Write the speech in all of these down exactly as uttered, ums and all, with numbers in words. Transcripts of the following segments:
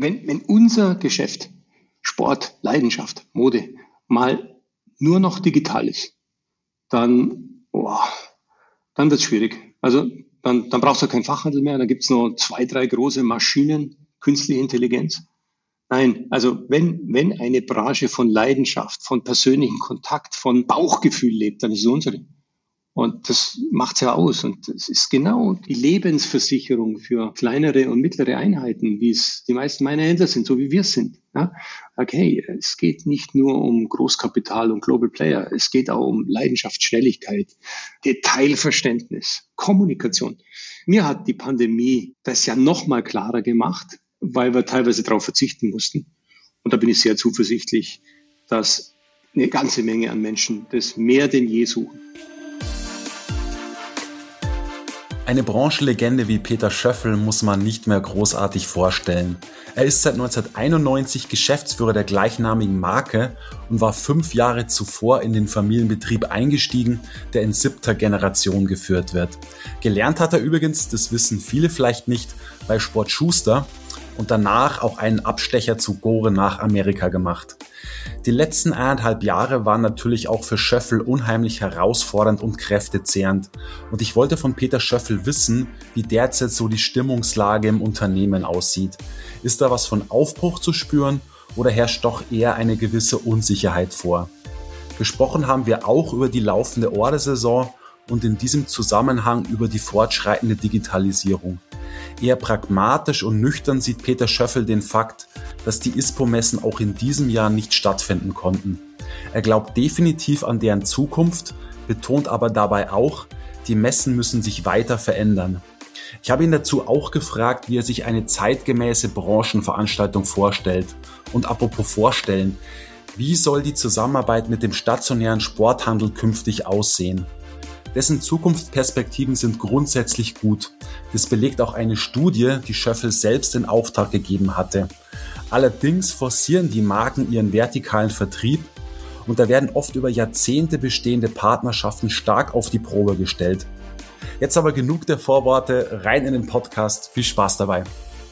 wenn, wenn unser Geschäft, Sport, Leidenschaft, Mode, mal nur noch digital ist, dann, oh, dann wird es schwierig. Also dann, dann brauchst du keinen Fachhandel mehr, dann gibt es nur zwei, drei große Maschinen, künstliche Intelligenz. Nein, also wenn, wenn eine Branche von Leidenschaft, von persönlichem Kontakt, von Bauchgefühl lebt, dann ist es unsere. Und das macht's ja aus. Und das ist genau die Lebensversicherung für kleinere und mittlere Einheiten, wie es die meisten meiner Händler sind, so wie wir es sind. Ja? Okay, es geht nicht nur um Großkapital und Global Player. Es geht auch um Leidenschaft, Schnelligkeit, Detailverständnis, Kommunikation. Mir hat die Pandemie das ja noch mal klarer gemacht, weil wir teilweise darauf verzichten mussten. Und da bin ich sehr zuversichtlich, dass eine ganze Menge an Menschen das mehr denn je suchen. Eine Branchenlegende wie Peter Schöffel muss man nicht mehr großartig vorstellen. Er ist seit neunzehnhunderteinundneunzig Geschäftsführer der gleichnamigen Marke und war fünf Jahre zuvor in den Familienbetrieb eingestiegen, der in siebter Generation geführt wird. Gelernt hat er übrigens, das wissen viele vielleicht nicht, bei Sport Schuster und danach auch einen Abstecher zu Gore nach Amerika gemacht. Die letzten eineinhalb Jahre waren natürlich auch für Schöffel unheimlich herausfordernd und kräftezehrend. Und ich wollte von Peter Schöffel wissen, wie derzeit so die Stimmungslage im Unternehmen aussieht. Ist da was von Aufbruch zu spüren oder herrscht doch eher eine gewisse Unsicherheit vor? Gesprochen haben wir auch über die laufende Ordersaison und in diesem Zusammenhang über die fortschreitende Digitalisierung. Eher pragmatisch und nüchtern sieht Peter Schöffel den Fakt, dass die ISPO-Messen auch in diesem Jahr nicht stattfinden konnten. Er glaubt definitiv an deren Zukunft, betont aber dabei auch, die Messen müssen sich weiter verändern. Ich habe ihn dazu auch gefragt, wie er sich eine zeitgemäße Branchenveranstaltung vorstellt. Und apropos vorstellen, wie soll die Zusammenarbeit mit dem stationären Sporthandel künftig aussehen? Dessen Zukunftsperspektiven sind grundsätzlich gut. Das belegt auch eine Studie, die Schöffel selbst in Auftrag gegeben hatte. Allerdings forcieren die Marken ihren vertikalen Vertrieb und da werden oft über Jahrzehnte bestehende Partnerschaften stark auf die Probe gestellt. Jetzt aber genug der Vorworte, rein in den Podcast. Viel Spaß dabei.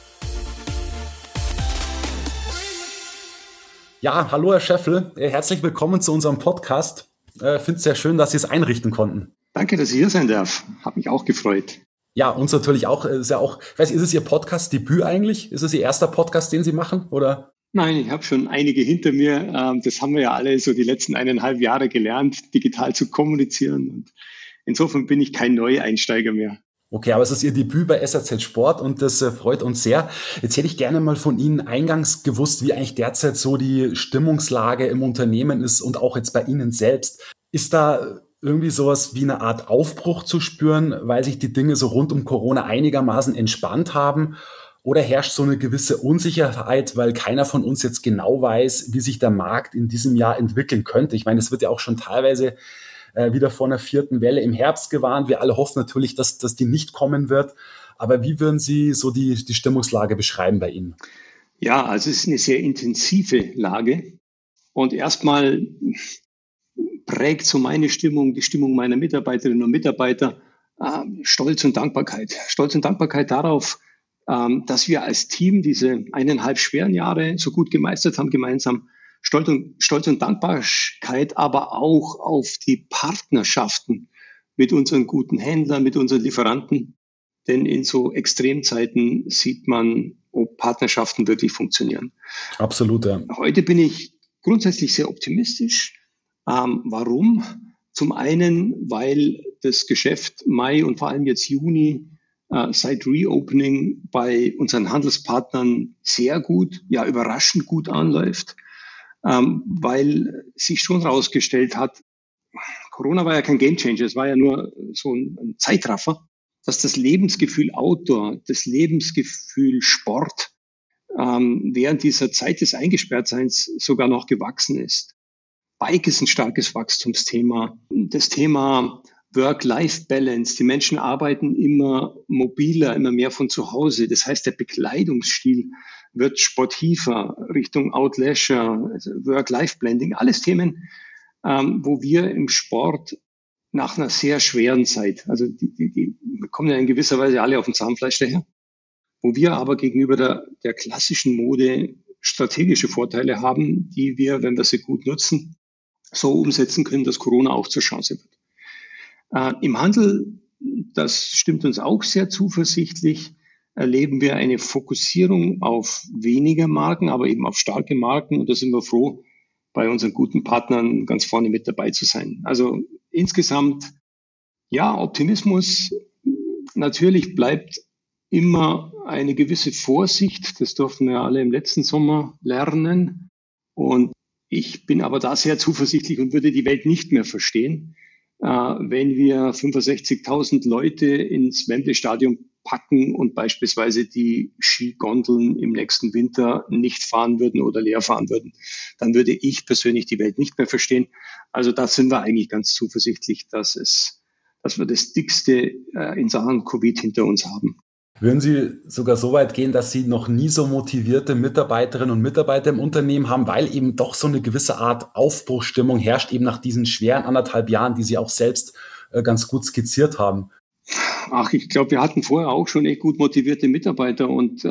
Ja, hallo Herr Schöffel, herzlich willkommen zu unserem Podcast. Ich finde es sehr schön, dass Sie es einrichten konnten. Danke, dass ich hier sein darf. Hat mich auch gefreut. Ja, uns natürlich auch. Ist ja auch, ich weiß nicht, ist es Ihr Podcast-Debüt eigentlich? Ist es Ihr erster Podcast, den Sie machen, oder? Nein, ich habe schon einige hinter mir. Das haben wir ja alle so die letzten eineinhalb Jahre gelernt, digital zu kommunizieren. Und insofern bin ich kein Neueinsteiger mehr. Okay, aber es ist Ihr Debüt bei S R Z Sport und das freut uns sehr. Jetzt hätte ich gerne mal von Ihnen eingangs gewusst, wie eigentlich derzeit so die Stimmungslage im Unternehmen ist und auch jetzt bei Ihnen selbst. Ist da irgendwie sowas wie eine Art Aufbruch zu spüren, weil sich die Dinge so rund um Corona einigermaßen entspannt haben? Oder herrscht so eine gewisse Unsicherheit, weil keiner von uns jetzt genau weiß, wie sich der Markt in diesem Jahr entwickeln könnte? Ich meine, es wird ja auch schon teilweise äh, wieder vor einer vierten Welle im Herbst gewarnt. Wir alle hoffen natürlich, dass, dass die nicht kommen wird. Aber wie würden Sie so die, die Stimmungslage beschreiben bei Ihnen? Ja, also es ist eine sehr intensive Lage. Und erstmal prägt so meine Stimmung, die Stimmung meiner Mitarbeiterinnen und Mitarbeiter, äh, Stolz und Dankbarkeit. Stolz und Dankbarkeit darauf, ähm, dass wir als Team diese eineinhalb schweren Jahre so gut gemeistert haben gemeinsam. Stolz und, Stolz und Dankbarkeit aber auch auf die Partnerschaften mit unseren guten Händlern, mit unseren Lieferanten. Denn in so Extremzeiten sieht man, ob Partnerschaften wirklich funktionieren. Absolut, ja. Heute bin ich grundsätzlich sehr optimistisch. Ähm, warum? Zum einen, weil das Geschäft Mai und vor allem jetzt Juni äh, seit Reopening bei unseren Handelspartnern sehr gut, ja überraschend gut anläuft, ähm, weil sich schon herausgestellt hat, Corona war ja kein Gamechanger, es war ja nur so ein, ein Zeitraffer, dass das Lebensgefühl Outdoor, das Lebensgefühl Sport ähm, während dieser Zeit des Eingesperrtseins sogar noch gewachsen ist. Bike ist ein starkes Wachstumsthema. Das Thema Work-Life-Balance. Die Menschen arbeiten immer mobiler, immer mehr von zu Hause. Das heißt, der Bekleidungsstil wird sportiver, Richtung Outleisure, also Work-Life-Blending. Alles Themen, ähm, wo wir im Sport nach einer sehr schweren Zeit, also die, die, die kommen ja in gewisser Weise alle auf dem Zahnfleisch daher. wo wir aber gegenüber der, der klassischen Mode strategische Vorteile haben, die wir, wenn wir sie gut nutzen, so umsetzen können, dass Corona auch zur Chance wird. Äh, Im Handel, das stimmt uns auch sehr zuversichtlich, erleben wir eine Fokussierung auf weniger Marken, aber eben auf starke Marken. Und da sind wir froh, bei unseren guten Partnern ganz vorne mit dabei zu sein. Also insgesamt, ja, Optimismus. Natürlich bleibt immer eine gewisse Vorsicht. Das durften wir alle im letzten Sommer lernen. Und ich bin aber da sehr zuversichtlich und würde die Welt nicht mehr verstehen, äh, wenn wir fünfundsechzigtausend Leute ins Wembley-Stadion packen und beispielsweise die Skigondeln im nächsten Winter nicht fahren würden oder leer fahren würden. Dann würde ich persönlich die Welt nicht mehr verstehen. Also da sind wir eigentlich ganz zuversichtlich, dass es, dass wir das Dickste äh, in Sachen Covid hinter uns haben. Würden Sie sogar so weit gehen, dass Sie noch nie so motivierte Mitarbeiterinnen und Mitarbeiter im Unternehmen haben, weil eben doch so eine gewisse Art Aufbruchsstimmung herrscht, eben nach diesen schweren anderthalb Jahren, die Sie auch selbst äh, ganz gut skizziert haben? Ach, ich glaube, wir hatten vorher auch schon echt gut motivierte Mitarbeiter und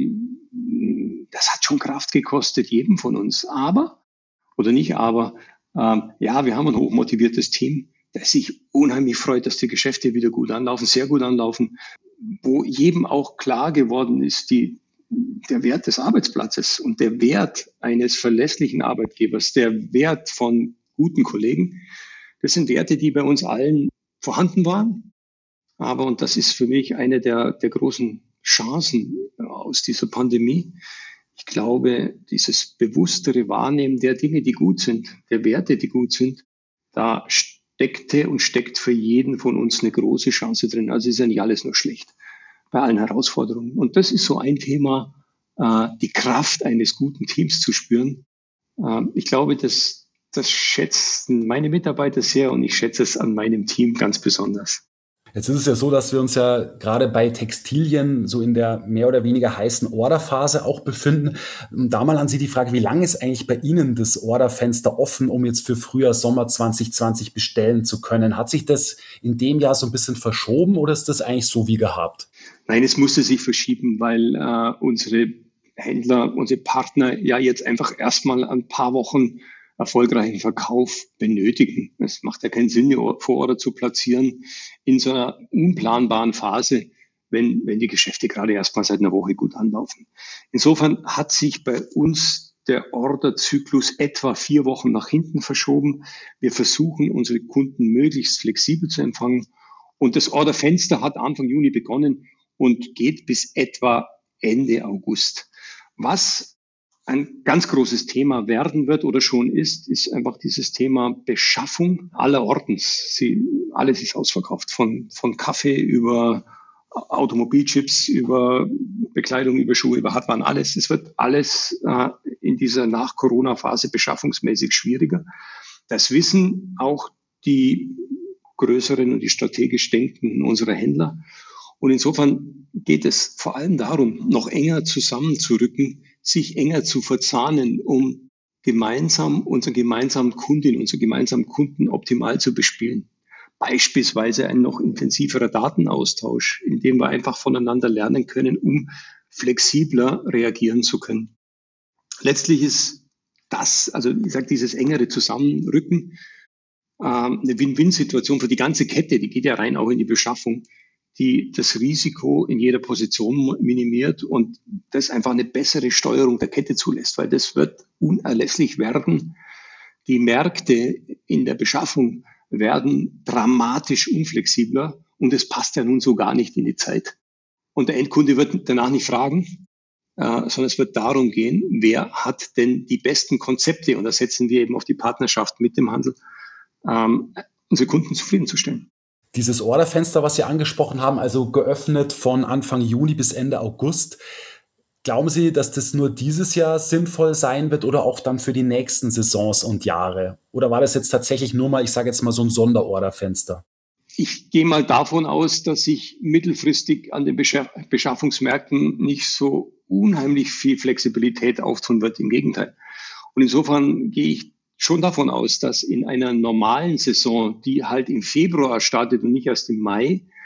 ähm, das hat schon Kraft gekostet, jedem von uns. Aber, oder nicht aber, ähm, ja, wir haben ein hochmotiviertes Team, das sich unheimlich freut, dass die Geschäfte wieder gut anlaufen, sehr gut anlaufen, wo jedem auch klar geworden ist, die, der Wert des Arbeitsplatzes und der Wert eines verlässlichen Arbeitgebers, der Wert von guten Kollegen, das sind Werte, die bei uns allen vorhanden waren. Aber, und das ist für mich eine der, der großen Chancen aus dieser Pandemie, ich glaube, dieses bewusstere Wahrnehmen der Dinge, die gut sind, der Werte, die gut sind, da steckte und steckt für jeden von uns eine große Chance drin. Also ist ja nicht alles nur schlecht bei allen Herausforderungen. Und das ist so ein Thema, äh, die Kraft eines guten Teams zu spüren. Äh, ich glaube, das, das schätzen meine Mitarbeiter sehr und ich schätze es an meinem Team ganz besonders. Jetzt ist es ja so, dass wir uns ja gerade bei Textilien so in der mehr oder weniger heißen Orderphase auch befinden. Da mal an Sie die Frage, wie lange ist eigentlich bei Ihnen das Orderfenster offen, um jetzt für Frühjahr, Sommer zwanzig zwanzig bestellen zu können? Hat sich das in dem Jahr so ein bisschen verschoben oder ist das eigentlich so wie gehabt? Nein, es musste sich verschieben, weil äh, unsere Händler, unsere Partner ja jetzt einfach erstmal ein paar Wochen erfolgreichen Verkauf benötigen. Es macht ja keinen Sinn, eine Vororder zu platzieren in so einer unplanbaren Phase, wenn, wenn die Geschäfte gerade erst mal seit einer Woche gut anlaufen. Insofern hat sich bei uns der Orderzyklus etwa vier Wochen nach hinten verschoben. Wir versuchen, unsere Kunden möglichst flexibel zu empfangen. Und das Orderfenster hat Anfang Juni begonnen und geht bis etwa Ende August. Was ein ganz großes Thema werden wird oder schon ist, ist einfach dieses Thema Beschaffung aller Ordens. Sie, alles ist ausverkauft, von, von Kaffee über Automobilchips, über Bekleidung, über Schuhe, über Hardwaren, alles. Es wird alles äh, in dieser Nach-Corona-Phase beschaffungsmäßig schwieriger. Das wissen auch die größeren und die strategisch Denkenden unserer Händler. Und insofern geht es vor allem darum, noch enger zusammenzurücken, sich enger zu verzahnen, um gemeinsam unseren gemeinsamen Kundinnen, unsere gemeinsamen Kunden optimal zu bespielen. Beispielsweise ein noch intensiverer Datenaustausch, in dem wir einfach voneinander lernen können, um flexibler reagieren zu können. Letztlich ist das, also ich sage, dieses engere Zusammenrücken, äh, eine Win-Win-Situation für die ganze Kette, die geht ja rein auch in die Beschaffung, die das Risiko in jeder Position minimiert und das einfach eine bessere Steuerung der Kette zulässt, weil das wird unerlässlich werden. Die Märkte in der Beschaffung werden dramatisch unflexibler und es passt ja nun so gar nicht in die Zeit. Und der Endkunde wird danach nicht fragen, äh, sondern es wird darum gehen, wer hat denn die besten Konzepte, und da setzen wir eben auf die Partnerschaft mit dem Handel, ähm, unsere Kunden zufriedenzustellen. Dieses Orderfenster, was Sie angesprochen haben, also geöffnet von Anfang Juni bis Ende August. Glauben Sie, dass das nur dieses Jahr sinnvoll sein wird oder auch dann für die nächsten Saisons und Jahre? Oder war das jetzt tatsächlich nur mal, ich sage jetzt mal so ein Sonderorderfenster? Ich gehe mal davon aus, dass sich mittelfristig an den Beschaffungsmärkten nicht so unheimlich viel Flexibilität auftun wird. Im Gegenteil. Und insofern gehe ich schon davon aus, dass in einer normalen Saison, die halt im Februar startet und nicht erst im Mai,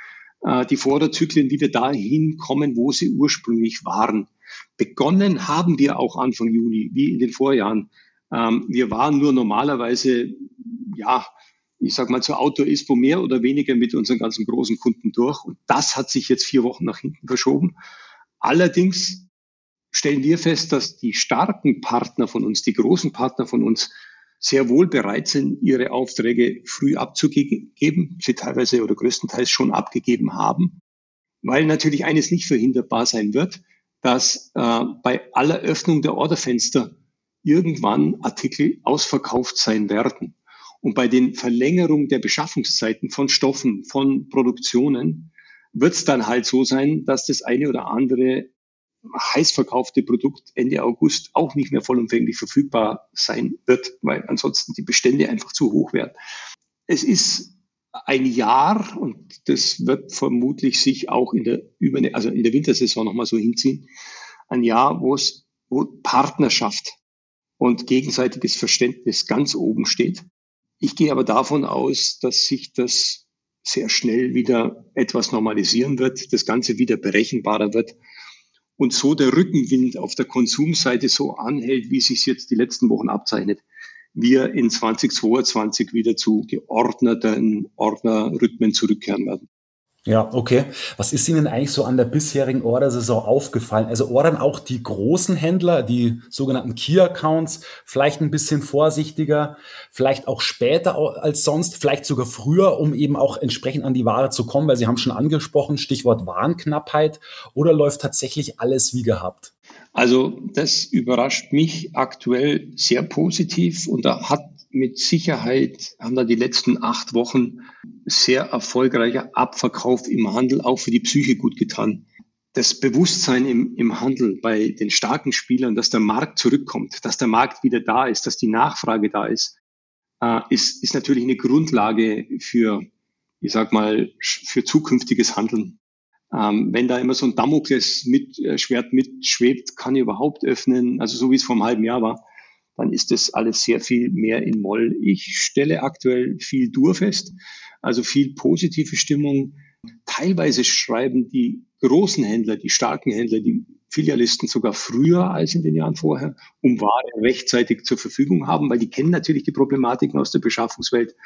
äh, die Vorderzyklen wieder dahin kommen, wo sie ursprünglich waren. Begonnen haben wir auch Anfang Juni, wie in den Vorjahren. Ähm, wir waren nur normalerweise, ja, ich sag mal, zur Auto-Ispo mehr oder weniger mit unseren ganzen großen Kunden durch. Und das hat sich jetzt vier Wochen nach hinten verschoben. Allerdings stellen wir fest, dass die starken Partner von uns, die großen Partner von uns, sehr wohl bereit sind, ihre Aufträge früh abzugeben, sie teilweise oder größtenteils schon abgegeben haben, weil natürlich eines nicht verhinderbar sein wird, dass äh, bei aller Öffnung der Orderfenster irgendwann Artikel ausverkauft sein werden. Und bei den Verlängerungen der Beschaffungszeiten von Stoffen, von Produktionen, wird es dann halt so sein, dass das eine oder andere heiß verkaufte Produkt Ende August auch nicht mehr vollumfänglich verfügbar sein wird, weil ansonsten die Bestände einfach zu hoch werden. Es ist ein Jahr, und das wird vermutlich sich auch in der, also in der Wintersaison nochmal so hinziehen, ein Jahr, wo es, wo Partnerschaft und gegenseitiges Verständnis ganz oben steht. Ich gehe aber davon aus, dass sich das sehr schnell wieder etwas normalisieren wird, das Ganze wieder berechenbarer wird und so der Rückenwind auf der Konsumseite so anhält, wie es sich jetzt die letzten Wochen abzeichnet, wir in zwanzig zweiundzwanzig wieder zu geordneten Ordnerrhythmen zurückkehren werden. Ja, okay. Was ist Ihnen eigentlich so an der bisherigen Ordersaison aufgefallen? Also ordern auch die großen Händler, die sogenannten Key-Accounts, vielleicht ein bisschen vorsichtiger, vielleicht auch später als sonst, vielleicht sogar früher, um eben auch entsprechend an die Ware zu kommen, weil Sie haben schon angesprochen, Stichwort Warenknappheit, oder läuft tatsächlich alles wie gehabt? Also das überrascht mich aktuell sehr positiv, und da hat mit Sicherheit, haben da die letzten acht Wochen sehr erfolgreicher Abverkauf im Handel auch für die Psyche gut getan. Das Bewusstsein im, im Handel bei den starken Spielern, dass der Markt zurückkommt, dass der Markt wieder da ist, dass die Nachfrage da ist, äh, ist, ist natürlich eine Grundlage für, ich sag mal, für zukünftiges Handeln. Ähm, wenn da immer so ein Damoklesschwert mitschwebt, kann ich überhaupt öffnen, also so wie es vor einem halben Jahr war, dann ist das alles sehr viel mehr in Moll. Ich stelle aktuell viel Dur fest, also viel positive Stimmung. Teilweise schreiben die großen Händler, die starken Händler, die Filialisten sogar früher als in den Jahren vorher, um Ware rechtzeitig zur Verfügung haben, weil die kennen natürlich die Problematiken aus der Beschaffungswelt.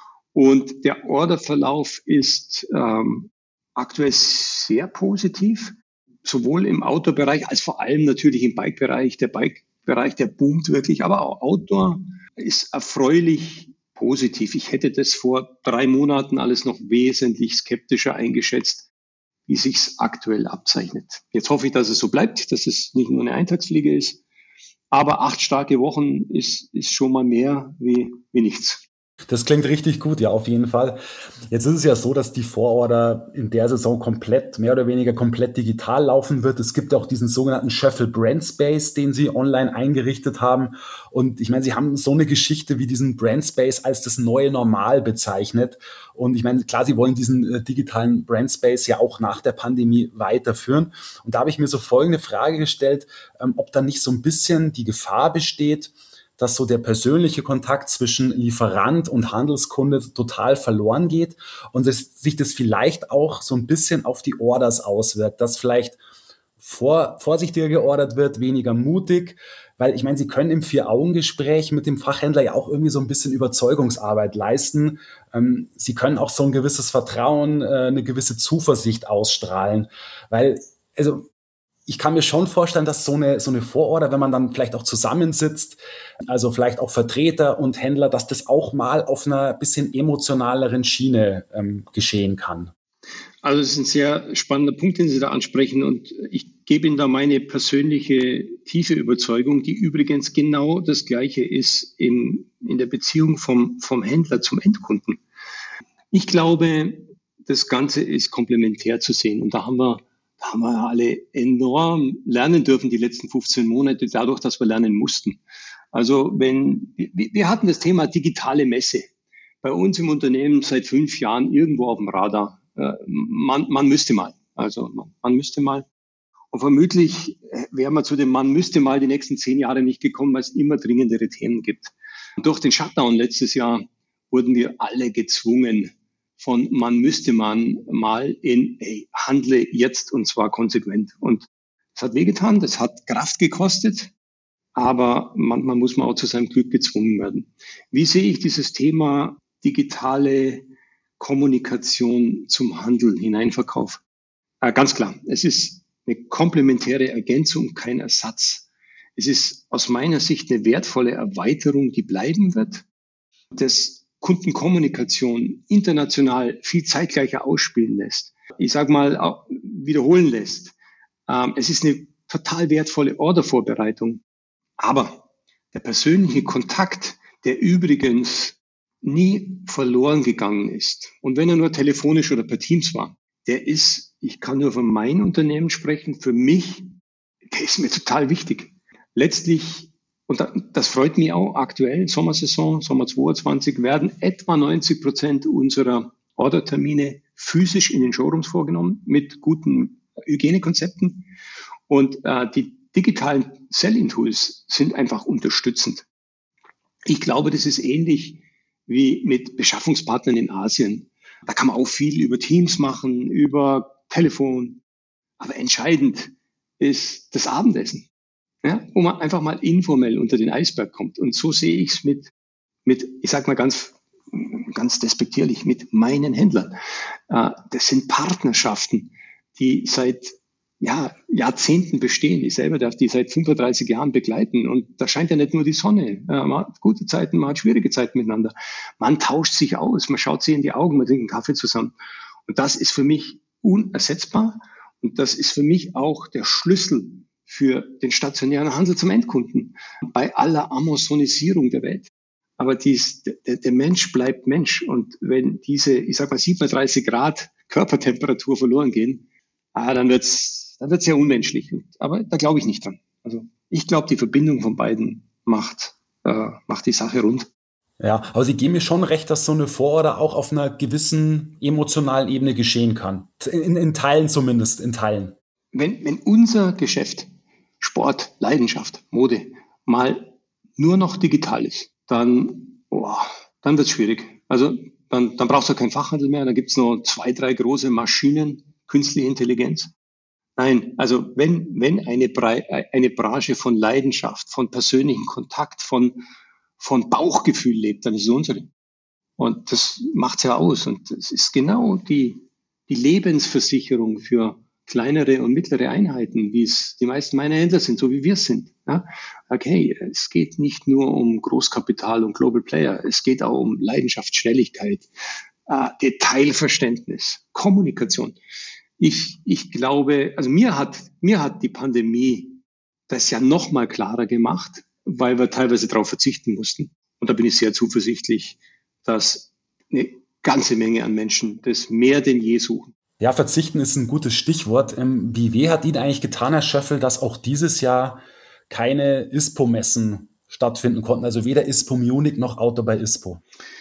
Und der Orderverlauf ist ähm, aktuell sehr positiv, sowohl im Outdoor-Bereich als vor allem natürlich im Bike-Bereich. Der Bike-Bereich, der boomt wirklich, aber auch Outdoor ist erfreulich positiv. Ich hätte das vor drei Monaten alles noch wesentlich skeptischer eingeschätzt, wie sich's aktuell abzeichnet. Jetzt hoffe ich, dass es so bleibt, dass es nicht nur eine Eintagsfliege ist, aber acht starke Wochen ist, ist schon mal mehr wie, wie nichts. Das klingt richtig gut, ja, auf jeden Fall. Jetzt ist es ja so, dass die Vororder in der Saison komplett, mehr oder weniger komplett digital laufen wird. Es gibt auch diesen sogenannten Schöffel Brand Space, den Sie online eingerichtet haben. Und ich meine, Sie haben so eine Geschichte wie diesen Brand Space als das neue Normal bezeichnet. Und ich meine, klar, Sie wollen diesen äh, digitalen Brand Space ja auch nach der Pandemie weiterführen. Und da habe ich mir so folgende Frage gestellt, ähm, ob da nicht so ein bisschen die Gefahr besteht, dass so der persönliche Kontakt zwischen Lieferant und Handelskunde total verloren geht und dass sich das vielleicht auch so ein bisschen auf die Orders auswirkt, dass vielleicht vor, vorsichtiger geordert wird, weniger mutig, weil ich meine, Sie können im Vier-Augen-Gespräch mit dem Fachhändler ja auch irgendwie so ein bisschen Überzeugungsarbeit leisten. Ähm, Sie können auch so ein gewisses Vertrauen, äh, eine gewisse Zuversicht ausstrahlen, weil, also ich kann mir schon vorstellen, dass so eine, so eine Vororder, wenn man dann vielleicht auch zusammensitzt, also vielleicht auch Vertreter und Händler, dass das auch mal auf einer bisschen emotionaleren Schiene ähm, geschehen kann. Also es ist ein sehr spannender Punkt, den Sie da ansprechen, und ich gebe Ihnen da meine persönliche tiefe Überzeugung, die übrigens genau das Gleiche ist in, in der Beziehung vom, vom Händler zum Endkunden. Ich glaube, das Ganze ist komplementär zu sehen, und da haben wir Da haben wir alle enorm lernen dürfen die letzten fünfzehn Monate, dadurch, dass wir lernen mussten. Also wenn wir hatten das Thema digitale Messe bei uns im Unternehmen seit fünf Jahren irgendwo auf dem Radar. Man, man müsste mal, also man, man müsste mal. Und vermutlich wären wir zu dem Man müsste mal die nächsten zehn Jahre nicht gekommen, weil es immer dringendere Themen gibt. Und durch den Shutdown letztes Jahr wurden wir alle gezwungen, von man müsste man mal in, ey, handle jetzt und zwar konsequent. Und es hat wehgetan, das hat Kraft gekostet, aber manchmal muss man auch zu seinem Glück gezwungen werden. Wie sehe ich dieses Thema digitale Kommunikation zum Handel, Hineinverkauf? Äh, ganz klar, es ist eine komplementäre Ergänzung, kein Ersatz. Es ist aus meiner Sicht eine wertvolle Erweiterung, die bleiben wird, das Kundenkommunikation international viel zeitgleicher ausspielen lässt. Ich sage mal, auch wiederholen lässt. Ähm, es ist eine total wertvolle Ordervorbereitung. Aber der persönliche Kontakt, der übrigens nie verloren gegangen ist, und wenn er nur telefonisch oder per Teams war, der ist, ich kann nur von meinem Unternehmen sprechen, für mich, der ist mir total wichtig. Letztlich, und das freut mich auch, aktuell, Sommersaison, Sommer zweiundzwanzig, werden etwa neunzig Prozent unserer Ordertermine physisch in den Showrooms vorgenommen, mit guten Hygienekonzepten. Und äh, die digitalen Selling-Tools sind einfach unterstützend. Ich glaube, das ist ähnlich wie mit Beschaffungspartnern in Asien. Da kann man auch viel über Teams machen, über Telefon. Aber entscheidend ist das Abendessen, ja, wo man einfach mal informell unter den Eisberg kommt. Und so sehe ich es mit, mit, ich sag mal ganz, ganz despektierlich, mit meinen Händlern. Äh, das sind Partnerschaften, die seit ja, Jahrzehnten bestehen. Ich selber darf die seit fünfunddreißig Jahren begleiten. Und da scheint ja nicht nur die Sonne. Man hat gute Zeiten, man hat schwierige Zeiten miteinander. Man tauscht sich aus, man schaut sich in die Augen, man trinkt einen Kaffee zusammen. Und das ist für mich unersetzbar. Und das ist für mich auch der Schlüssel für den stationären Handel zum Endkunden. Bei aller Amazonisierung der Welt. Aber dies, der, der Mensch bleibt Mensch. Und wenn diese, ich sag mal, siebenunddreißig Grad Körpertemperatur verloren gehen, ah, dann wird's dann wird's sehr unmenschlich. Aber da glaube ich nicht dran. Also ich glaube, die Verbindung von beiden macht, äh, macht die Sache rund. Ja, aber Sie geben mir schon recht, dass so eine Vororder auch auf einer gewissen emotionalen Ebene geschehen kann. In, in Teilen zumindest, in Teilen. Wenn, wenn unser Geschäft, Sport, Leidenschaft, Mode, mal nur noch digital ist, dann, oh, dann wird's schwierig. Also dann, dann brauchst du keinen Fachhandel mehr, dann gibt's noch zwei, drei große Maschinen, künstliche Intelligenz. Nein, also wenn, wenn eine, eine Branche von Leidenschaft, von persönlichem Kontakt, von, von Bauchgefühl lebt, dann ist es unsere. Und das macht's ja aus. Und das ist genau die, die Lebensversicherung für kleinere und mittlere Einheiten, wie es die meisten meiner Händler sind, so wie wir sind. Ja? Okay, es geht nicht nur um Großkapital und Global Player, es geht auch um Leidenschaft, Schnelligkeit, äh, Detailverständnis, Kommunikation. Ich, ich glaube, also mir hat, mir hat die Pandemie das ja noch mal klarer gemacht, weil wir teilweise darauf verzichten mussten. Und da bin ich sehr zuversichtlich, dass eine ganze Menge an Menschen das mehr denn je suchen. Ja, verzichten ist ein gutes Stichwort. Wie weh hat Ihnen eigentlich getan, Herr Schöffel, dass auch dieses Jahr keine ISPO-Messen stattfinden konnten? Also weder ISPO Munich noch Auto bei ISPO.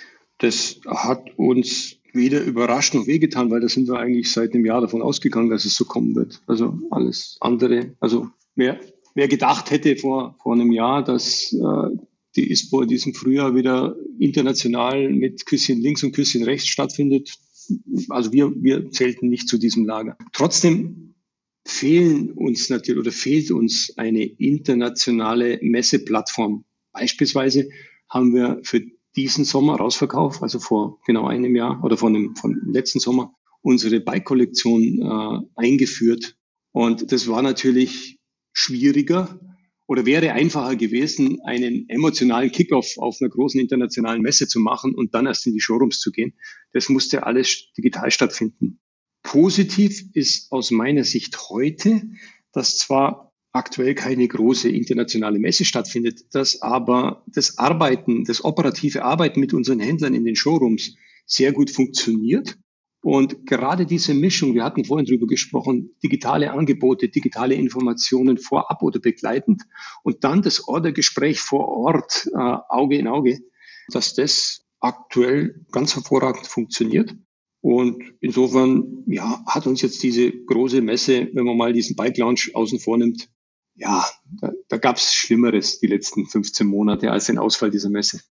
Das hat uns weder überrascht noch wehgetan, weil da sind wir eigentlich seit einem Jahr davon ausgegangen, dass es so kommen wird. Also alles andere, also wer, wer gedacht hätte vor, vor einem Jahr, dass äh, die ISPO in diesem Frühjahr wieder international mit Küsschen links und Küsschen rechts stattfindet, also wir, wir zählten nicht zu diesem Lager. Trotzdem fehlen uns natürlich oder fehlt uns eine internationale Messeplattform. Beispielsweise haben wir für diesen Sommer Rausverkauf, also vor genau einem Jahr oder von dem, von dem letzten Sommer, unsere Bike-Kollektion äh, eingeführt. Und das war natürlich schwieriger oder wäre einfacher gewesen, einen emotionalen Kickoff auf einer großen internationalen Messe zu machen und dann erst in die Showrooms zu gehen. Das musste alles digital stattfinden. Positiv ist aus meiner Sicht heute, dass zwar aktuell keine große internationale Messe stattfindet, dass aber das Arbeiten, das operative Arbeiten mit unseren Händlern in den Showrooms sehr gut funktioniert. Und gerade diese Mischung, wir hatten vorhin drüber gesprochen, digitale Angebote, digitale Informationen vorab oder begleitend und dann das Ordergespräch vor Ort, äh, Auge in Auge, dass das aktuell ganz hervorragend funktioniert. Und insofern, ja, hat uns jetzt diese große Messe, wenn man mal diesen Bike Lounge außen vor nimmt, ja, da, da gab es Schlimmeres die letzten fünfzehn Monate als den Ausfall dieser Messe.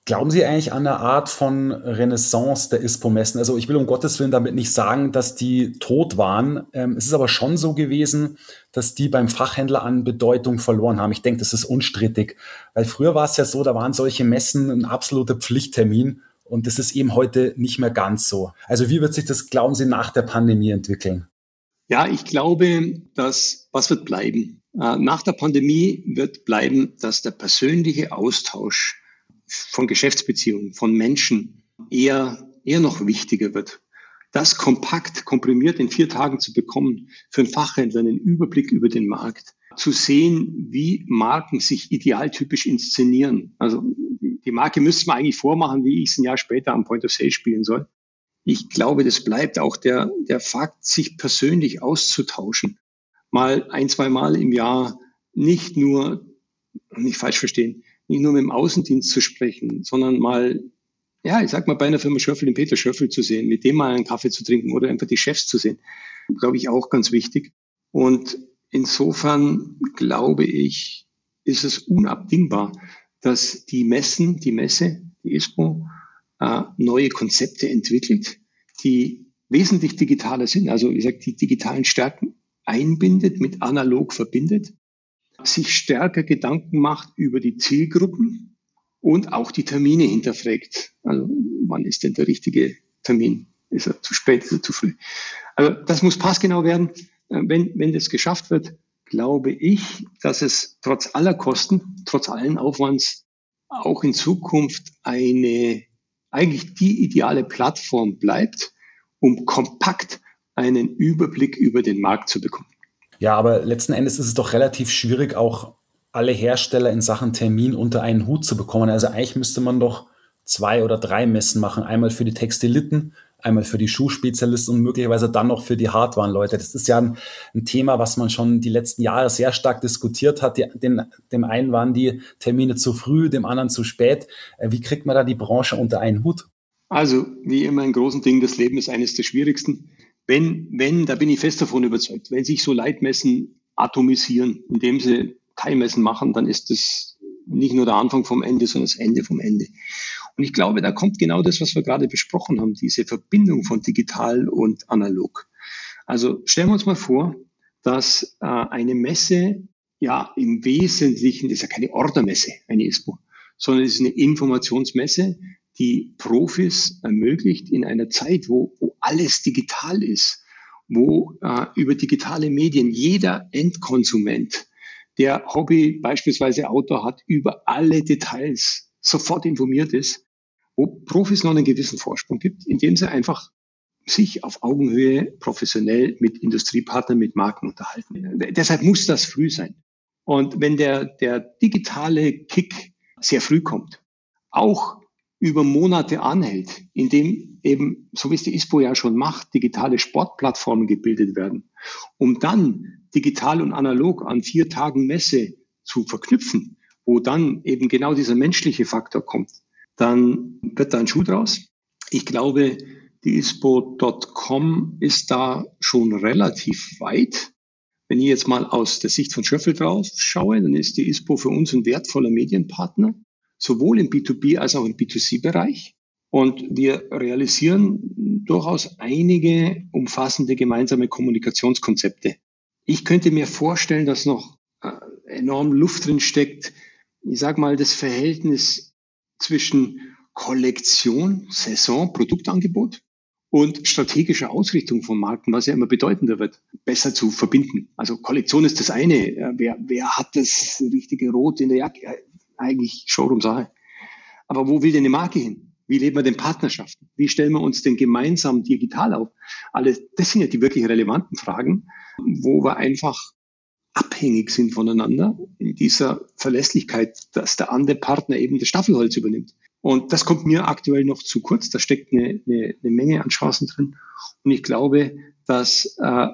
Glauben Sie eigentlich an eine Art von Renaissance der ISPO-Messen? Also ich will um Gottes Willen damit nicht sagen, dass die tot waren. Ähm, es ist aber schon so gewesen, dass die beim Fachhändler an Bedeutung verloren haben. Ich denke, das ist unstrittig. Weil früher war es ja so, da waren solche Messen ein absoluter Pflichttermin. Und das ist eben heute nicht mehr ganz so. Also wie wird sich das, glauben Sie, nach der Pandemie entwickeln? Ja, ich glaube, dass was wird bleiben? Äh, Nach der Pandemie wird bleiben, dass der persönliche Austausch von Geschäftsbeziehungen, von Menschen eher, eher noch wichtiger wird. Das kompakt, komprimiert in vier Tagen zu bekommen, für einen Fachhändler einen Überblick über den Markt, zu sehen, wie Marken sich idealtypisch inszenieren. Also die Marke müsste man eigentlich vormachen, wie ich es ein Jahr später am Point of Sale spielen soll. Ich glaube, das bleibt auch der, der Fakt, sich persönlich auszutauschen. Mal ein, zwei Mal im Jahr nicht nur, nicht falsch verstehen, nicht nur mit dem Außendienst zu sprechen, sondern mal, ja, ich sag mal, bei einer Firma Schöffel den Peter Schöffel zu sehen, mit dem mal einen Kaffee zu trinken oder einfach die Chefs zu sehen, glaube ich auch ganz wichtig. Und insofern glaube ich, ist es unabdingbar, dass die Messen, die Messe, die ISPO, äh, neue Konzepte entwickelt, die wesentlich digitaler sind, also ich sage, die digitalen Stärken einbindet, mit analog verbindet, sich stärker Gedanken macht über die Zielgruppen und auch die Termine hinterfragt. Also wann ist denn der richtige Termin? Ist er zu spät, ist er zu früh? Also das muss passgenau werden. Wenn, wenn das geschafft wird, glaube ich, dass es trotz aller Kosten, trotz allen Aufwands auch in Zukunft eine, eigentlich die ideale Plattform bleibt, um kompakt einen Überblick über den Markt zu bekommen. Ja, aber letzten Endes ist es doch relativ schwierig, auch alle Hersteller in Sachen Termin unter einen Hut zu bekommen. Also eigentlich müsste man doch zwei oder drei Messen machen. Einmal für die Textiliten, einmal für die Schuhspezialisten und möglicherweise dann noch für die Hardwarenleute. Das ist ja ein, ein Thema, was man schon die letzten Jahre sehr stark diskutiert hat. Die, den, dem einen waren die Termine zu früh, dem anderen zu spät. Wie kriegt man da die Branche unter einen Hut? Also, wie immer in großen Dingen, das Leben ist eines der schwierigsten. Wenn, wenn, da bin ich fest davon überzeugt, wenn sich so Leitmessen atomisieren, indem sie Teilmessen machen, dann ist das nicht nur der Anfang vom Ende, sondern das Ende vom Ende. Und ich glaube, da kommt genau das, was wir gerade besprochen haben, diese Verbindung von digital und analog. Also stellen wir uns mal vor, dass äh, eine Messe ja im Wesentlichen, das ist ja keine Ordermesse, eine ISPO, sondern es ist eine Informationsmesse, die Profis ermöglicht in einer Zeit, wo, wo alles digital ist, wo äh, über digitale Medien jeder Endkonsument, der Hobby, beispielsweise Auto hat, über alle Details sofort informiert ist, wo Profis noch einen gewissen Vorsprung gibt, indem sie einfach sich auf Augenhöhe professionell mit Industriepartnern, mit Marken unterhalten. Deshalb muss das früh sein. Und wenn der, der digitale Kick sehr früh kommt, auch über Monate anhält, indem eben, so wie es die ISPO ja schon macht, digitale Sportplattformen gebildet werden, um dann digital und analog an vier Tagen Messe zu verknüpfen, wo dann eben genau dieser menschliche Faktor kommt, dann wird da ein Schuh draus. Ich glaube, die ISPO Punkt com ist da schon relativ weit. Wenn ich jetzt mal aus der Sicht von Schöffel drauf schaue, dann ist die ISPO für uns ein wertvoller Medienpartner, sowohl im B zwei B als auch im B zwei C Bereich. Und wir realisieren durchaus einige umfassende gemeinsame Kommunikationskonzepte. Ich könnte mir vorstellen, dass noch äh, enorm Luft drin steckt. Ich sage mal, das Verhältnis zwischen Kollektion, Saison, Produktangebot und strategischer Ausrichtung von Marken, was ja immer bedeutender wird, besser zu verbinden. Also Kollektion ist das eine. Wer, wer hat das richtige Rot in der Jacke? Eigentlich Showroom-Sache. Aber wo will denn eine Marke hin? Wie leben wir denn Partnerschaften? Wie stellen wir uns denn gemeinsam digital auf? Alles, das sind ja die wirklich relevanten Fragen, wo wir einfach abhängig sind voneinander in dieser Verlässlichkeit, dass der andere Partner eben das Staffelholz übernimmt. Und das kommt mir aktuell noch zu kurz. Da steckt eine, eine, eine Menge an Chancen drin. Und ich glaube, dass äh, eine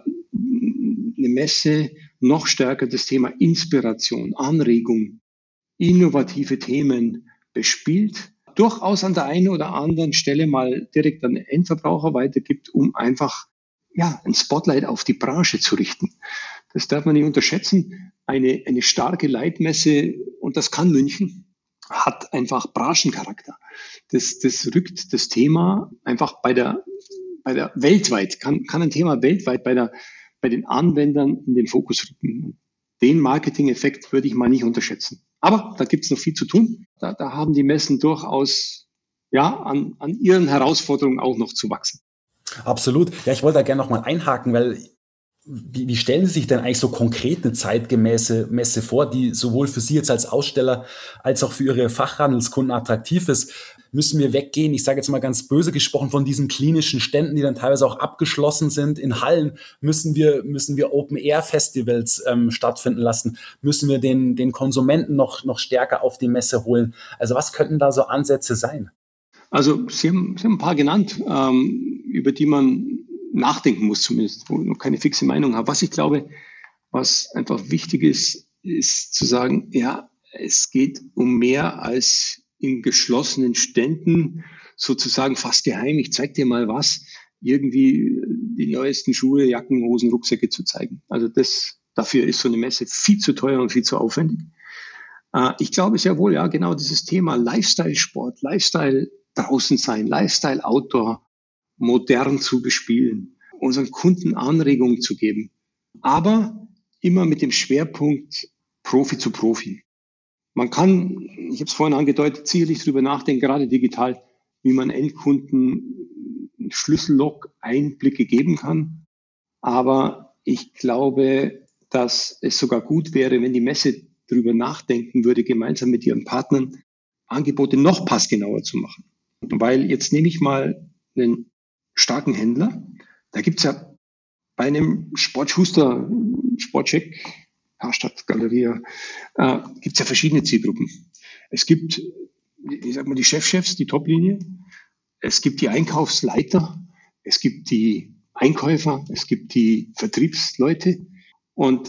Messe noch stärker das Thema Inspiration, Anregung, innovative Themen bespielt, durchaus an der einen oder anderen Stelle mal direkt an den Endverbraucher weitergibt, um einfach ja, ein Spotlight auf die Branche zu richten. Das darf man nicht unterschätzen. Eine, eine starke Leitmesse, und das kann München, hat einfach Branchencharakter. Das, das rückt das Thema einfach bei der, bei der weltweit, kann, kann ein Thema weltweit bei der, bei den Anwendern in den Fokus rücken. Den Marketing-Effekt würde ich mal nicht unterschätzen. Aber da gibt es noch viel zu tun. Da, da haben die Messen durchaus ja, an, an ihren Herausforderungen auch noch zu wachsen. Absolut. Ja, ich wollte da gerne nochmal einhaken, weil wie, wie stellen Sie sich denn eigentlich so konkret eine zeitgemäße Messe vor, die sowohl für Sie jetzt als Aussteller als auch für Ihre Fachhandelskunden attraktiv ist? Müssen wir weggehen, ich sage jetzt mal ganz böse gesprochen, von diesen klinischen Ständen, die dann teilweise auch abgeschlossen sind in Hallen? Müssen wir, müssen wir Open-Air-Festivals ähm, stattfinden lassen? Müssen wir den, den Konsumenten noch, noch stärker auf die Messe holen? Also was könnten da so Ansätze sein? Also Sie haben, Sie haben ein paar genannt, ähm, über die man nachdenken muss zumindest, wo ich noch keine fixe Meinung habe. Was ich glaube, was einfach wichtig ist, ist zu sagen, ja, es geht um mehr als in geschlossenen Ständen, sozusagen fast geheim, ich zeig dir mal was, irgendwie die neuesten Schuhe, Jacken, Hosen, Rucksäcke zu zeigen. Also das, dafür ist so eine Messe viel zu teuer und viel zu aufwendig. Äh, ich glaube sehr wohl, ja, genau dieses Thema Lifestyle-Sport, Lifestyle draußen sein, Lifestyle Outdoor modern zu bespielen, unseren Kunden Anregungen zu geben, aber immer mit dem Schwerpunkt Profi zu Profi. Man kann, ich habe es vorhin angedeutet, sicherlich darüber nachdenken, gerade digital, wie man Endkunden Schlüssellog-Einblicke geben kann. Aber ich glaube, dass es sogar gut wäre, wenn die Messe darüber nachdenken würde, gemeinsam mit ihren Partnern Angebote noch passgenauer zu machen. Weil jetzt nehme ich mal einen starken Händler. Da gibt es ja bei einem Sportschuster, Sportcheck, Karstadt, Galeria, äh, gibt es ja verschiedene Zielgruppen. Es gibt, ich sag mal, die Chefchefs, die Toplinie. Es gibt die Einkaufsleiter. Es gibt die Einkäufer. Es gibt die Vertriebsleute. Und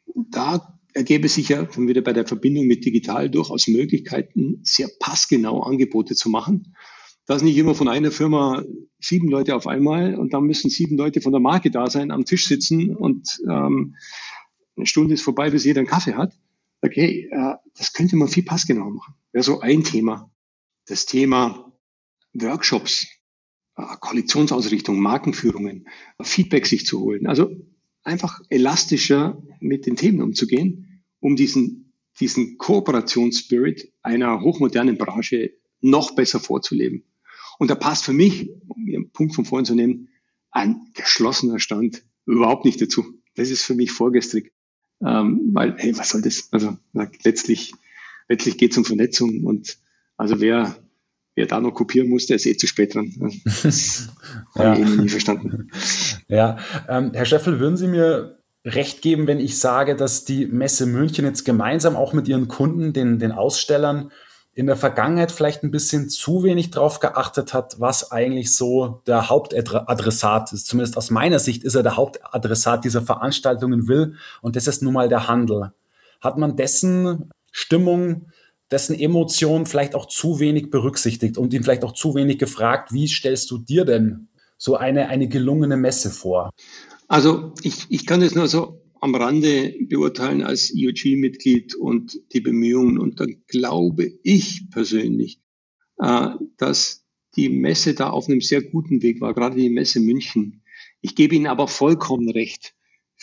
da ergäbe sich ja dann wieder bei der Verbindung mit digital durchaus Möglichkeiten, sehr passgenau Angebote zu machen. Das nicht immer von einer Firma sieben Leute auf einmal und dann müssen sieben Leute von der Marke da sein, am Tisch sitzen und ähm, eine Stunde ist vorbei, bis jeder einen Kaffee hat. Okay, äh, das könnte man viel passgenauer machen. Wäre so ein Thema. Das Thema Workshops, äh, Kollektionsausrichtung, Markenführungen, Feedback sich zu holen. Also einfach elastischer mit den Themen umzugehen, um diesen, diesen Kooperationsspirit einer hochmodernen Branche noch besser vorzuleben. Und da passt für mich, um Ihren Punkt von vorhin zu nehmen, ein geschlossener Stand überhaupt nicht dazu. Das ist für mich vorgestrig. Ähm, weil, hey, was soll das? Also letztlich, letztlich geht es um Vernetzung und also wer, wer da noch kopieren muss, der ist eh zu spät dran. Das ja. habe ich eh noch nie verstanden. Ja, ähm, Herr Scheffel, würden Sie mir recht geben, wenn ich sage, dass die Messe München jetzt gemeinsam auch mit Ihren Kunden, den, den Ausstellern, in der Vergangenheit vielleicht ein bisschen zu wenig drauf geachtet hat, was eigentlich so der Hauptadressat ist. Zumindest aus meiner Sicht ist er der Hauptadressat dieser Veranstaltungen will. Und das ist nun mal der Handel. Hat man dessen Stimmung, dessen Emotionen vielleicht auch zu wenig berücksichtigt und ihn vielleicht auch zu wenig gefragt, wie stellst du dir denn so eine, eine gelungene Messe vor? Also ich, ich kann das nur so am Rande beurteilen als I O G-Mitglied und die Bemühungen. Und dann glaube ich persönlich, äh, dass die Messe da auf einem sehr guten Weg war, gerade die Messe München. Ich gebe Ihnen aber vollkommen recht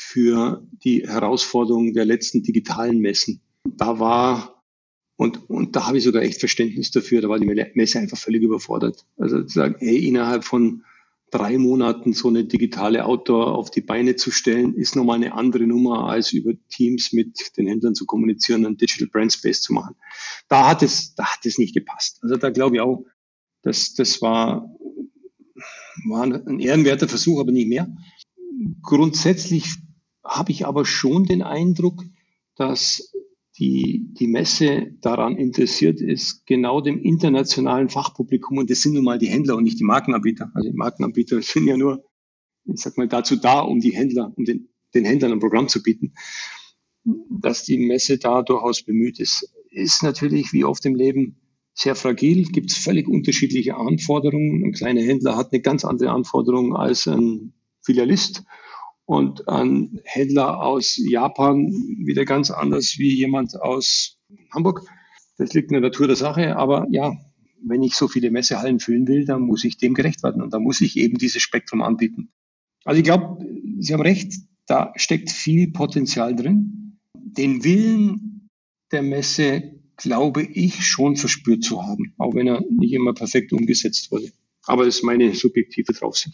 für die Herausforderungen der letzten digitalen Messen. Da war, und, und da habe ich sogar echt Verständnis dafür, da war die Messe einfach völlig überfordert. Also zu sagen, hey, innerhalb von drei Monaten so eine digitale Outdoor auf die Beine zu stellen, ist nochmal eine andere Nummer, als über Teams mit den Händlern zu kommunizieren und Digital Brand Space zu machen. Da hat es, da hat es nicht gepasst. Also da glaube ich auch, dass das war, war ein ehrenwerter Versuch, aber nicht mehr. Grundsätzlich habe ich aber schon den Eindruck, dass die, die Messe daran interessiert ist, genau dem internationalen Fachpublikum, und das sind nun mal die Händler und nicht die Markenanbieter. Also die Markenanbieter sind ja nur, ich sag mal, dazu da, um die Händler, um den, den Händlern ein Programm zu bieten. Dass die Messe da durchaus bemüht ist, ist natürlich wie oft im Leben sehr fragil, gibt es völlig unterschiedliche Anforderungen. Ein kleiner Händler hat eine ganz andere Anforderung als ein Filialist. Und ein Händler aus Japan wieder ganz anders wie jemand aus Hamburg. Das liegt in der Natur der Sache, aber ja, wenn ich so viele Messehallen füllen will, dann muss ich dem gerecht werden und da muss ich eben dieses Spektrum anbieten. Also ich glaube, Sie haben recht, da steckt viel Potenzial drin. Den Willen der Messe, glaube ich, schon verspürt zu haben, auch wenn er nicht immer perfekt umgesetzt wurde. Aber das ist meine subjektive Draufsicht.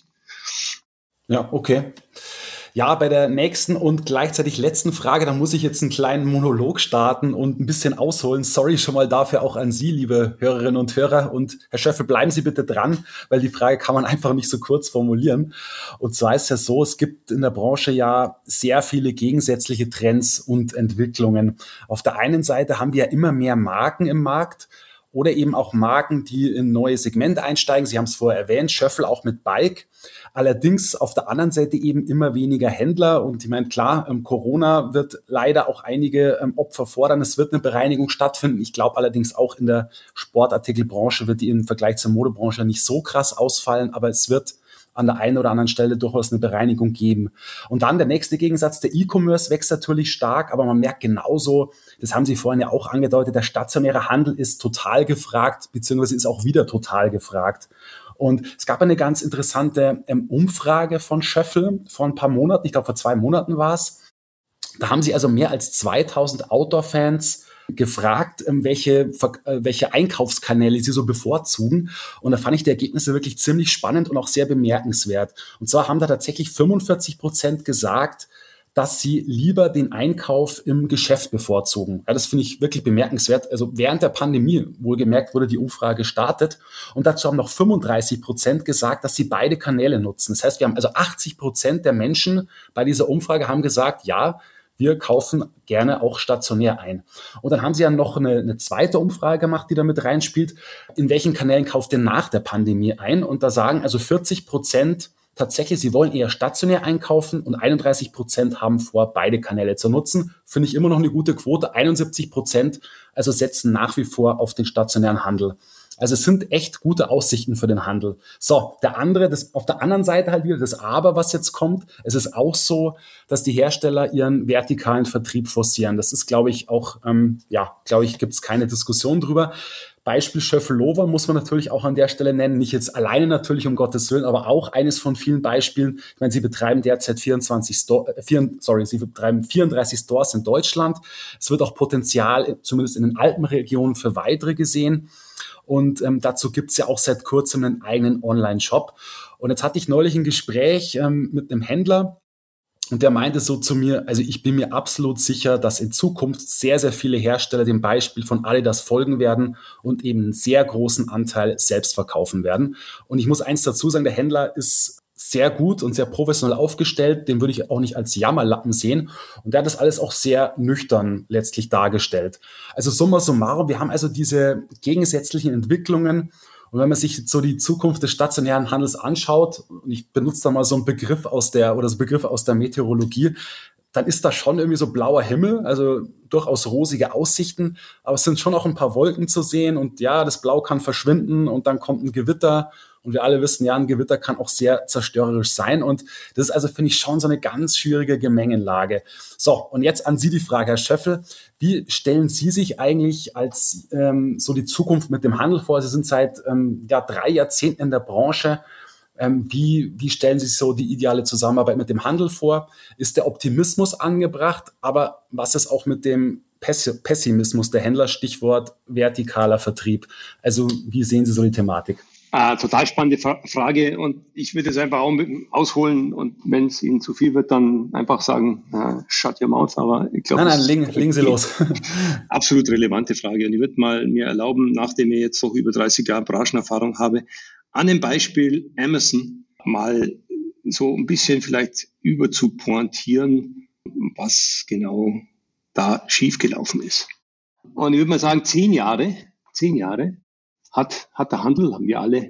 Ja, okay. Ja, bei der nächsten und gleichzeitig letzten Frage, da muss ich jetzt einen kleinen Monolog starten und ein bisschen ausholen. Sorry schon mal dafür auch an Sie, liebe Hörerinnen und Hörer. Und Herr Schöffel, bleiben Sie bitte dran, weil die Frage kann man einfach nicht so kurz formulieren. Und zwar ist es ja so, es gibt in der Branche ja sehr viele gegensätzliche Trends und Entwicklungen. Auf der einen Seite haben wir ja immer mehr Marken im Markt, oder eben auch Marken, die in neue Segmente einsteigen. Sie haben es vorher erwähnt, Schöffel auch mit Bike. Allerdings auf der anderen Seite eben immer weniger Händler. Und ich meine, klar, ähm, Corona wird leider auch einige ähm, Opfer fordern. Es wird eine Bereinigung stattfinden. Ich glaube allerdings auch in der Sportartikelbranche wird die im Vergleich zur Modebranche nicht so krass ausfallen. Aber es wird an der einen oder anderen Stelle durchaus eine Bereinigung geben. Und dann der nächste Gegensatz, der E-Commerce wächst natürlich stark, aber man merkt genauso, das haben Sie vorhin ja auch angedeutet, der stationäre Handel ist total gefragt, beziehungsweise ist auch wieder total gefragt. Und es gab eine ganz interessante ähm, Umfrage von Schöffel vor ein paar Monaten, ich glaube vor zwei Monaten war es. Da haben sie also mehr als zweitausend Outdoor-Fans gefragt, welche, welche Einkaufskanäle sie so bevorzugen. Und da fand ich die Ergebnisse wirklich ziemlich spannend und auch sehr bemerkenswert. Und zwar haben da tatsächlich fünfundvierzig Prozent gesagt, dass sie lieber den Einkauf im Geschäft bevorzugen. Ja, das finde ich wirklich bemerkenswert. Also während der Pandemie, wohlgemerkt, wurde die Umfrage gestartet. Und dazu haben noch fünfunddreißig Prozent gesagt, dass sie beide Kanäle nutzen. Das heißt, wir haben also achtzig Prozent der Menschen bei dieser Umfrage haben gesagt, ja, wir kaufen gerne auch stationär ein. Und dann haben sie ja noch eine, eine zweite Umfrage gemacht, die da mit reinspielt. In welchen Kanälen kauft ihr nach der Pandemie ein? Und da sagen also vierzig Prozent tatsächlich, sie wollen eher stationär einkaufen und einunddreißig Prozent haben vor, beide Kanäle zu nutzen. Finde ich immer noch eine gute Quote. einundsiebzig Prozent also setzen nach wie vor auf den stationären Handel. Also es sind echt gute Aussichten für den Handel. So, der andere, das auf der anderen Seite halt wieder das Aber, was jetzt kommt. Es ist auch so, dass die Hersteller ihren vertikalen Vertrieb forcieren. Das ist, glaube ich, auch, ähm, ja, glaube ich, gibt es keine Diskussion drüber. Beispiel Schöffelover muss man natürlich auch an der Stelle nennen. Nicht jetzt alleine natürlich, um Gottes Willen, aber auch eines von vielen Beispielen. Ich meine, sie betreiben derzeit vierundzwanzig Store, äh, vier, sorry, sie betreiben vierunddreißig Stores in Deutschland. Es wird auch Potenzial, zumindest in den Alpenregionen, für weitere gesehen. Und ähm, dazu gibt's ja auch seit kurzem einen eigenen Online-Shop. Und jetzt hatte ich neulich ein Gespräch ähm, mit einem Händler und der meinte so zu mir, also ich bin mir absolut sicher, dass in Zukunft sehr, sehr viele Hersteller dem Beispiel von Adidas folgen werden und eben einen sehr großen Anteil selbst verkaufen werden. Und ich muss eins dazu sagen, der Händler ist sehr gut und sehr professionell aufgestellt. Den würde ich auch nicht als Jammerlappen sehen. Und der hat das alles auch sehr nüchtern letztlich dargestellt. Also summa summarum, wir haben also diese gegensätzlichen Entwicklungen. Und wenn man sich so die Zukunft des stationären Handels anschaut, und ich benutze da mal so einen Begriff aus der, oder so Begriffe aus der Meteorologie, dann ist da schon irgendwie so blauer Himmel, also durchaus rosige Aussichten, aber es sind schon auch ein paar Wolken zu sehen und ja, das Blau kann verschwinden und dann kommt ein Gewitter und wir alle wissen, ja, ein Gewitter kann auch sehr zerstörerisch sein und das ist also, finde ich, schon so eine ganz schwierige Gemengenlage. So, und jetzt an Sie die Frage, Herr Schöffel, wie stellen Sie sich eigentlich als ähm, so die Zukunft mit dem Handel vor? Sie sind seit ähm, ja, drei Jahrzehnten in der Branche. Ähm, wie, wie stellen Sie sich so die ideale Zusammenarbeit mit dem Handel vor? Ist der Optimismus angebracht? Aber was ist auch mit dem Pess- Pessimismus der Händler? Stichwort vertikaler Vertrieb. Also wie sehen Sie so die Thematik? Äh, total spannende Fra- Frage und ich würde es einfach auch mit, ausholen und wenn es Ihnen zu viel wird, dann einfach sagen, äh, shut your mouth. Aber ich glaube, nein, nein, legen, legen Sie los. Absolut relevante Frage und ich würde mal mir erlauben, nachdem ich jetzt noch über dreißig Jahre Branchenerfahrung habe, an dem Beispiel Amazon mal so ein bisschen vielleicht überzupointieren, was genau da schiefgelaufen ist. Und ich würde mal sagen, zehn Jahre, zehn Jahre hat, hat der Handel, haben wir alle,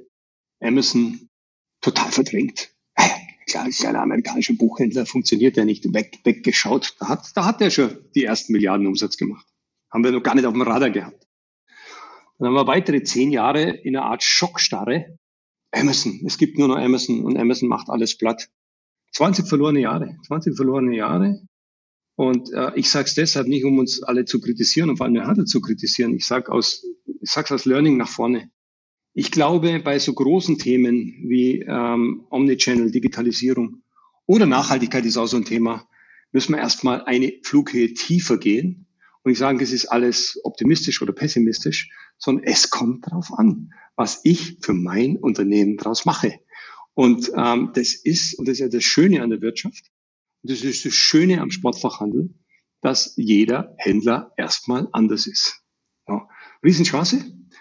Amazon total verdrängt. Klar, ist ja ein amerikanischer Buchhändler, funktioniert ja nicht, weg, weggeschaut. Da hat, da hat er schon die ersten Milliarden Umsatz gemacht. Haben wir noch gar nicht auf dem Radar gehabt. Dann haben wir weitere zehn Jahre in einer Art Schockstarre. Amazon, es gibt nur noch Amazon und Amazon macht alles platt. zwanzig verlorene Jahre, zwanzig verlorene Jahre. Und äh, ich sage es deshalb nicht, um uns alle zu kritisieren und vor allem den Handel zu kritisieren. Ich sage aus, ich sage es als Learning nach vorne. Ich glaube, bei so großen Themen wie ähm, Omnichannel, Digitalisierung oder Nachhaltigkeit ist auch so ein Thema, müssen wir erstmal eine Flughöhe tiefer gehen. Und ich sage, es ist alles optimistisch oder pessimistisch, sondern es kommt darauf an, was ich für mein Unternehmen daraus mache. Und ähm, das ist, und das ist ja das Schöne an der Wirtschaft, das ist das Schöne am Sportfachhandel, dass jeder Händler erstmal anders ist. Ja. Riesenchance.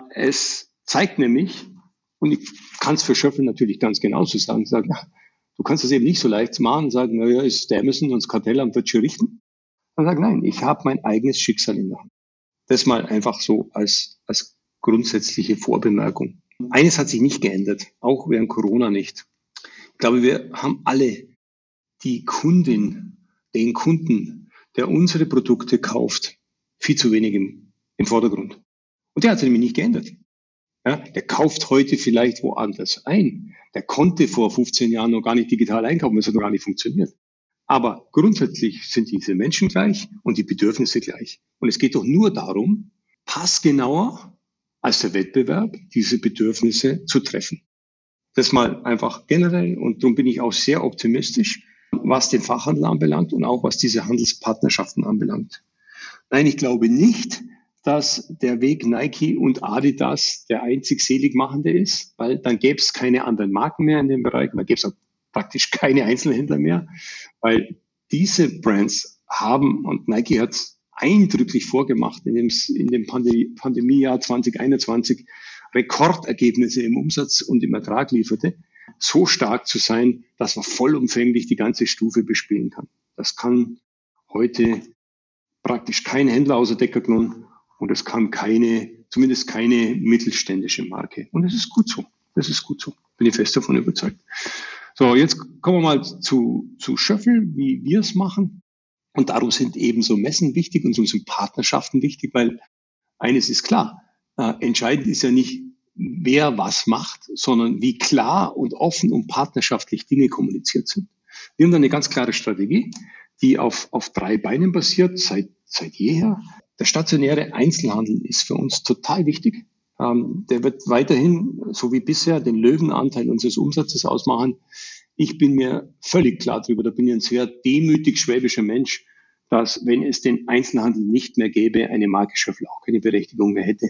Es zeigt nämlich, und ich kann es für Schöffel natürlich ganz genauso sagen, sagen, ja, du kannst es eben nicht so leicht machen und sagen, naja, ist der Amazon und das Kartellamt wird schon richten. Dann sag, nein, ich habe mein eigenes Schicksal in der Hand. Das mal einfach so als, als grundsätzliche Vorbemerkung. Eines hat sich nicht geändert, auch während Corona nicht. Ich glaube, wir haben alle die Kundin, den Kunden, der unsere Produkte kauft, viel zu wenig im, im Vordergrund. Und der hat sich nämlich nicht geändert. Ja, der kauft heute vielleicht woanders ein. Der konnte vor fünfzehn Jahren noch gar nicht digital einkaufen, es hat noch gar nicht funktioniert. Aber grundsätzlich sind diese Menschen gleich und die Bedürfnisse gleich. Und es geht doch nur darum, passgenauer als der Wettbewerb diese Bedürfnisse zu treffen. Das mal einfach generell, und darum bin ich auch sehr optimistisch, was den Fachhandel anbelangt und auch was diese Handelspartnerschaften anbelangt. Nein, ich glaube nicht, dass der Weg Nike und Adidas der einzig Seligmachende ist, weil dann gäbe es keine anderen Marken mehr in dem Bereich, dann gäbe es auch praktisch keine Einzelhändler mehr, weil diese Brands haben, und Nike hat es eindrücklich vorgemacht in dem, in dem Pandemie, Pandemiejahr zwanzig einundzwanzig, Rekordergebnisse im Umsatz und im Ertrag lieferte, so stark zu sein, dass man vollumfänglich die ganze Stufe bespielen kann. Das kann heute praktisch kein Händler außer Decathlon und es kann keine, zumindest keine mittelständische Marke. Und das ist gut so. Das ist gut so. Bin ich fest davon überzeugt. So, jetzt kommen wir mal zu, zu Schöffel, wie wir es machen. Und darum sind eben so Messen wichtig und so sind Partnerschaften wichtig, weil eines ist klar, äh, entscheidend ist ja nicht, wer was macht, sondern wie klar und offen und partnerschaftlich Dinge kommuniziert sind. Wir haben da eine ganz klare Strategie, die auf, auf drei Beinen basiert, seit, seit jeher. Der stationäre Einzelhandel ist für uns total wichtig. Ähm, der wird weiterhin, so wie bisher, den Löwenanteil unseres Umsatzes ausmachen. Ich bin mir völlig klar darüber, da bin ich ein sehr demütig schwäbischer Mensch, dass, wenn es den Einzelhandel nicht mehr gäbe, eine Marke Schöffel auch keine Berechtigung mehr hätte.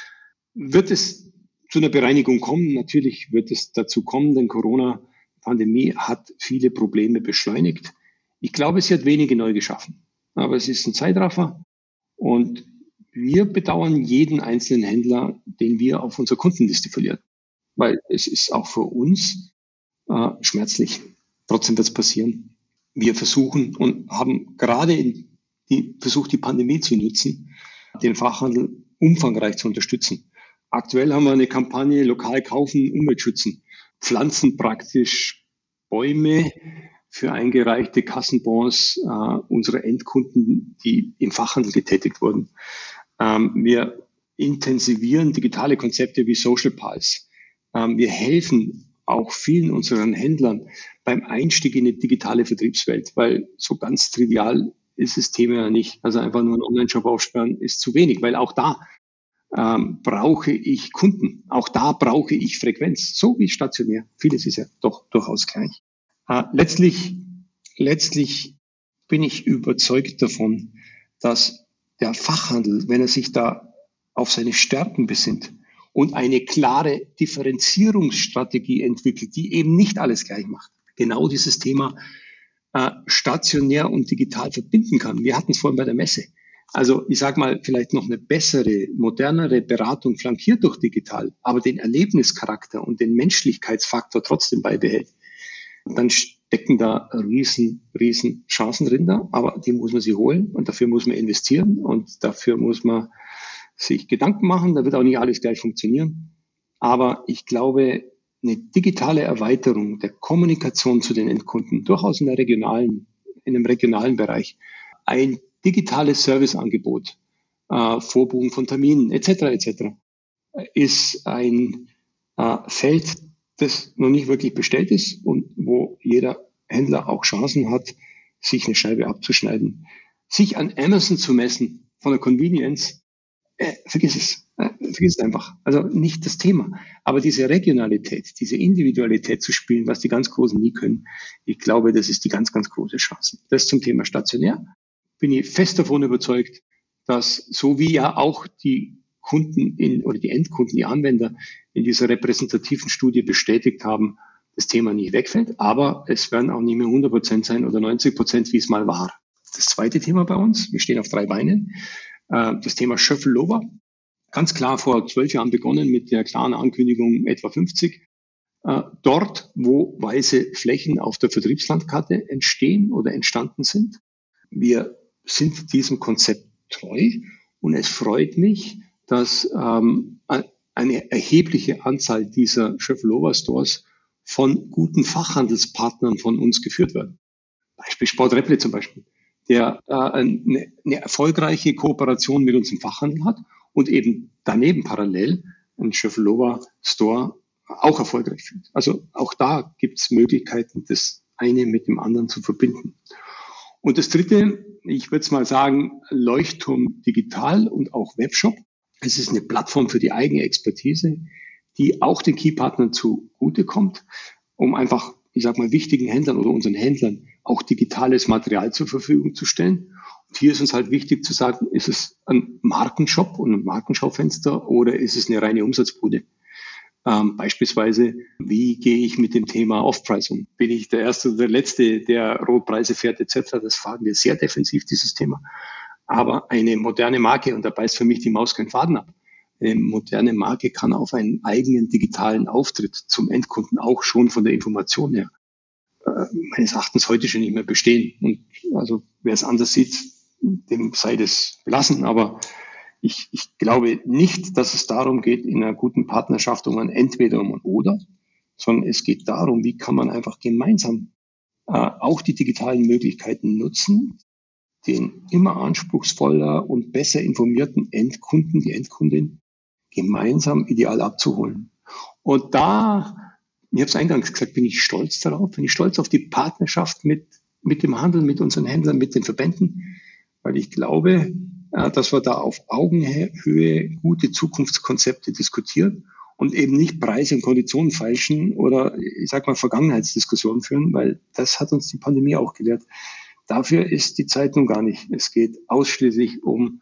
Wird es zu einer Bereinigung kommen? Natürlich wird es dazu kommen, denn Corona-Pandemie hat viele Probleme beschleunigt. Ich glaube, sie hat wenige neu geschaffen, aber es ist ein Zeitraffer und wir bedauern jeden einzelnen Händler, den wir auf unserer Kundenliste verlieren, weil es ist auch für uns äh, schmerzlich. Trotzdem wird es passieren. Wir versuchen und haben gerade in die, versucht, die Pandemie zu nutzen, den Fachhandel umfangreich zu unterstützen. Aktuell haben wir eine Kampagne Lokal kaufen, Umwelt schützen. Pflanzen praktisch Bäume für eingereichte Kassenbons äh, unserer Endkunden, die im Fachhandel getätigt wurden. Ähm, wir intensivieren digitale Konzepte wie Social Pulse. Ähm, wir helfen auch vielen unseren Händlern beim Einstieg in die digitale Vertriebswelt, weil so ganz trivial ist das Thema ja nicht. Also einfach nur einen Online-Shop aufsperren ist zu wenig, weil auch da ähm, brauche ich Kunden. Auch da brauche ich Frequenz, so wie stationär. Vieles ist ja doch durchaus gleich. Äh, letztlich, letztlich bin ich überzeugt davon, dass der Fachhandel, wenn er sich da auf seine Stärken besinnt und eine klare Differenzierungsstrategie entwickelt, die eben nicht alles gleich macht, genau dieses Thema äh, stationär und digital verbinden kann. Wir hatten es vorhin bei der Messe. Also ich sage mal, vielleicht noch eine bessere, modernere Beratung flankiert durch digital, aber den Erlebnischarakter und den Menschlichkeitsfaktor trotzdem beibehält. Dann stecken da riesen, riesen Chancen drin da, aber die muss man sich holen und dafür muss man investieren und dafür muss man sich Gedanken machen. Da wird auch nicht alles gleich funktionieren. Aber ich glaube, eine digitale Erweiterung der Kommunikation zu den Endkunden, durchaus in der regionalen, in einem regionalen Bereich, ein digitales Serviceangebot, äh, Vorbuchen von Terminen et cetera et cetera, ist ein äh, Feld, das noch nicht wirklich bestellt ist und wo jeder Händler auch Chancen hat, sich eine Scheibe abzuschneiden. sich an Amazon zu messen, von der Convenience, äh, vergiss es. Äh, vergiss es einfach. Also nicht das Thema. Aber diese Regionalität, diese Individualität zu spielen, was die ganz Großen nie können, ich glaube, das ist die ganz, ganz große Chance. Das zum Thema stationär. Bin ich fest davon überzeugt, dass so wie ja auch die Kunden in, oder die Endkunden, die Anwender in dieser repräsentativen Studie bestätigt haben, das Thema nicht wegfällt, aber es werden auch nicht mehr hundert Prozent sein oder neunzig Prozent, wie es mal war. Das zweite Thema bei uns, wir stehen auf drei Beinen, das Thema Schöffel-Lower. Ganz klar vor zwölf Jahren begonnen mit der klaren Ankündigung etwa fünfzig. Dort, wo weiße Flächen auf der Vertriebslandkarte entstehen oder entstanden sind. Wir sind diesem Konzept treu und es freut mich, dass ähm, eine erhebliche Anzahl dieser Schöffel-Lower-Stores von guten Fachhandelspartnern von uns geführt werden. Beispiel Sport Repli zum Beispiel, der äh, eine, eine erfolgreiche Kooperation mit uns im Fachhandel hat und eben daneben parallel einen Schöffel-Lower-Store auch erfolgreich führt. Also auch da gibt es Möglichkeiten, das eine mit dem anderen zu verbinden. Und das dritte, ich würde es mal sagen, Leuchtturm Digital und auch Webshop. Es ist eine Plattform für die eigene Expertise, die auch den Keypartnern zugutekommt, um einfach, ich sag mal, wichtigen Händlern oder unseren Händlern auch digitales Material zur Verfügung zu stellen. Und hier ist uns halt wichtig zu sagen, ist es ein Markenshop und ein Markenschaufenster oder ist es eine reine Umsatzbude? Ähm, beispielsweise, wie gehe ich mit dem Thema Off-Price um? Bin ich der Erste oder der Letzte, der Rotpreise fährt et cetera? Das fragen wir sehr defensiv, dieses Thema. Aber eine moderne Marke, und da beißt für mich die Maus keinen Faden ab, eine moderne Marke kann auf einen eigenen digitalen Auftritt zum Endkunden auch schon von der Information her äh, meines Erachtens heute schon nicht mehr bestehen. Und also wer es anders sieht, dem sei das belassen. Aber Ich, ich glaube nicht, dass es darum geht, in einer guten Partnerschaft um ein Entweder um ein Oder, sondern es geht darum, wie kann man einfach gemeinsam äh, auch die digitalen Möglichkeiten nutzen, den immer anspruchsvoller und besser informierten Endkunden, die Endkundin, gemeinsam ideal abzuholen. Und da, ich habe es eingangs gesagt, bin ich stolz darauf, bin ich stolz auf die Partnerschaft mit, mit dem Handel, mit unseren Händlern, mit den Verbänden, weil ich glaube, dass wir da auf Augenhöhe gute Zukunftskonzepte diskutieren und eben nicht Preise und Konditionen feilschen oder, ich sag mal, Vergangenheitsdiskussionen führen, weil das hat uns die Pandemie auch gelehrt. Dafür ist die Zeit nun gar nicht. Es geht ausschließlich um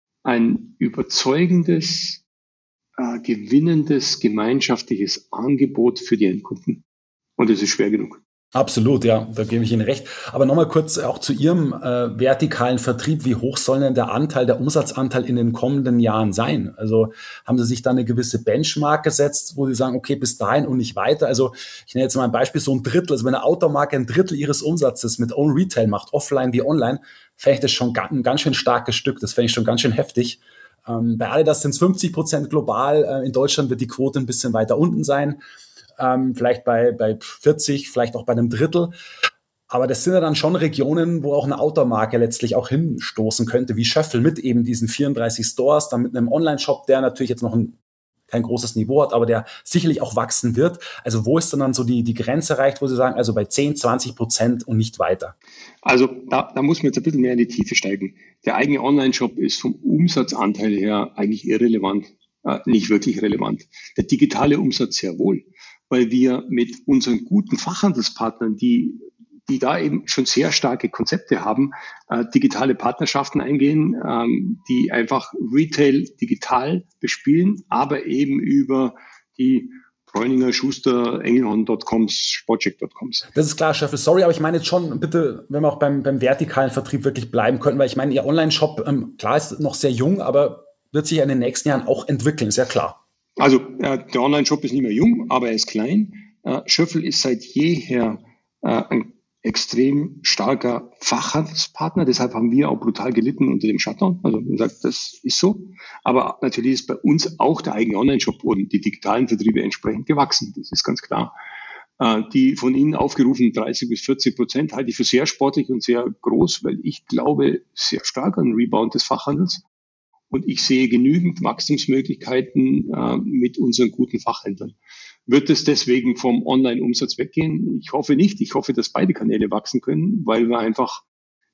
ein überzeugendes, äh, gewinnendes, gemeinschaftliches Angebot für die Endkunden. Und es ist schwer genug. Absolut, ja, da gebe ich Ihnen recht. Aber nochmal kurz auch zu Ihrem äh, vertikalen Vertrieb. Wie hoch soll denn der Anteil, der Umsatzanteil in den kommenden Jahren sein? Also haben Sie sich da eine gewisse Benchmark gesetzt, wo Sie sagen, okay, bis dahin und nicht weiter? Also ich nenne jetzt mal ein Beispiel, so ein Drittel. Also wenn eine Automarke ein Drittel ihres Umsatzes mit Own Retail macht, offline wie online, fände ich das schon ein ganz schön starkes Stück. Das fände ich schon ganz schön heftig. Ähm, bei Adidas sind es fünfzig Prozent global. Äh, in Deutschland wird die Quote ein bisschen weiter unten sein. Ähm, vielleicht bei, bei vierzig, vielleicht auch bei einem Drittel. Aber das sind ja dann schon Regionen, wo auch eine Automarke letztlich auch hinstoßen könnte, wie Schöffel mit eben diesen vierunddreißig Stores, dann mit einem Online-Shop, der natürlich jetzt noch ein, kein großes Niveau hat, aber der sicherlich auch wachsen wird. Also wo ist dann, dann so die, die Grenze erreicht, wo Sie sagen, also bei zehn, zwanzig Prozent und nicht weiter? Also da, da muss man jetzt ein bisschen mehr in die Tiefe steigen. Der eigene Online-Shop ist vom Umsatzanteil her eigentlich irrelevant, äh, nicht wirklich relevant. Der digitale Umsatz sehr wohl, weil wir mit unseren guten Fachhandelspartnern, die, die da eben schon sehr starke Konzepte haben, äh, digitale Partnerschaften eingehen, ähm, die einfach Retail digital bespielen, aber eben über die Bräuninger, Schuster, Engelhorn Punkt coms, Sportcheck Punkt coms. Das ist klar, Schöffel. Sorry, aber ich meine jetzt schon, bitte, wenn wir auch beim, beim vertikalen Vertrieb wirklich bleiben könnten, weil ich meine, Ihr Online-Shop, ähm, klar, ist noch sehr jung, aber wird sich in den nächsten Jahren auch entwickeln, ist ja klar. Also äh, der Online-Shop ist nicht mehr jung, aber er ist klein. Äh, Schöffel ist seit jeher äh, ein extrem starker Fachhandelspartner. Deshalb haben wir auch brutal gelitten unter dem Shutdown. Also man sagt, das ist so. Aber natürlich ist bei uns auch der eigene Online-Shop und die digitalen Vertriebe entsprechend gewachsen. Das ist ganz klar. Äh, die von Ihnen aufgerufenen dreißig bis vierzig Prozent halte ich für sehr sportlich und sehr groß, weil ich glaube sehr stark an den Rebound des Fachhandels. Und ich sehe genügend Wachstumsmöglichkeiten äh, mit unseren guten Fachhändlern. Wird es deswegen vom Online-Umsatz weggehen? Ich hoffe nicht. Ich hoffe, dass beide Kanäle wachsen können, weil wir einfach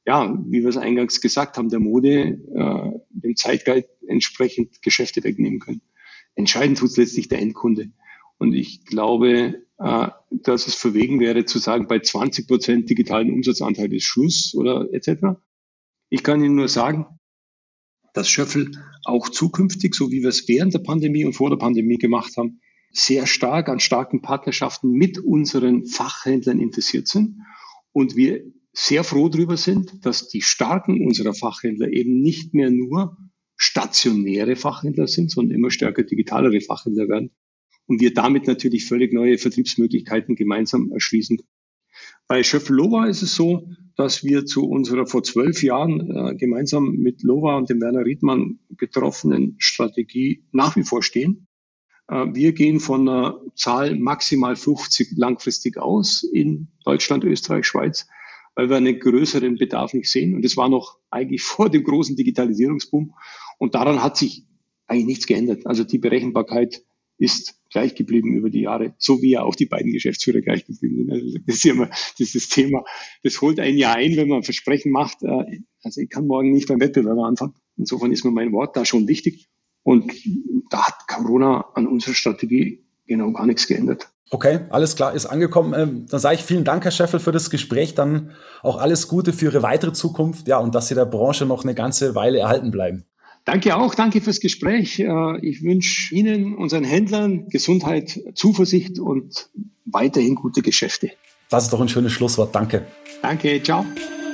ja, wie wir es eingangs gesagt haben, der Mode, äh, dem Zeitgeist entsprechend Geschäfte wegnehmen können. Entscheidend tut es letztlich der Endkunde. Und ich glaube, äh, dass es verwegen wäre zu sagen, bei zwanzig Prozent digitalen Umsatzanteil ist Schluss oder et cetera. Ich kann Ihnen nur sagen, dass Schöffel auch zukünftig, so wie wir es während der Pandemie und vor der Pandemie gemacht haben, sehr stark an starken Partnerschaften mit unseren Fachhändlern interessiert sind und wir sehr froh darüber sind, dass die Starken unserer Fachhändler eben nicht mehr nur stationäre Fachhändler sind, sondern immer stärker digitalere Fachhändler werden und wir damit natürlich völlig neue Vertriebsmöglichkeiten gemeinsam erschließen. Bei Schöffel Lowa ist es so, dass wir zu unserer vor zwölf Jahren äh, gemeinsam mit Lowa und dem Werner Riedmann getroffenen Strategie nach wie vor stehen. Äh, wir gehen von einer Zahl maximal fünfzig langfristig aus in Deutschland, Österreich, Schweiz, weil wir einen größeren Bedarf nicht sehen. Und das war noch eigentlich vor dem großen Digitalisierungsboom. Und daran hat sich eigentlich nichts geändert. Also die Berechenbarkeit ist gleich geblieben über die Jahre, so wie ja auch die beiden Geschäftsführer gleich geblieben sind. Also das ist ja immer dieses Thema, das holt einen ja ein, wenn man ein Versprechen macht. Also ich kann morgen nicht beim Wettbewerb anfangen. Insofern ist mir mein Wort da schon wichtig. Und da hat Corona an unserer Strategie genau gar nichts geändert. Okay, alles klar, ist angekommen. Dann sage ich vielen Dank, Herr Schöffel, für das Gespräch. Dann auch alles Gute für Ihre weitere Zukunft. Ja, und dass Sie der Branche noch eine ganze Weile erhalten bleiben. Danke auch, danke fürs Gespräch. Ich wünsche Ihnen, unseren Händlern, Gesundheit, Zuversicht und weiterhin gute Geschäfte. Das ist doch ein schönes Schlusswort. Danke. Danke, ciao.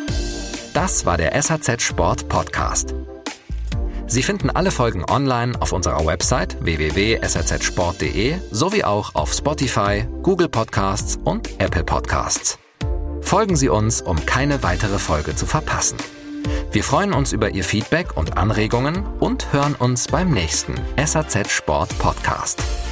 Das war der S H Z Sport Podcast. Sie finden alle Folgen online auf unserer Website w w w punkt s h z sport punkt d e sowie auch auf Spotify, Google Podcasts und Apple Podcasts. Folgen Sie uns, um keine weitere Folge zu verpassen. Wir freuen uns über Ihr Feedback und Anregungen und hören uns beim nächsten S H Z Sport Podcast.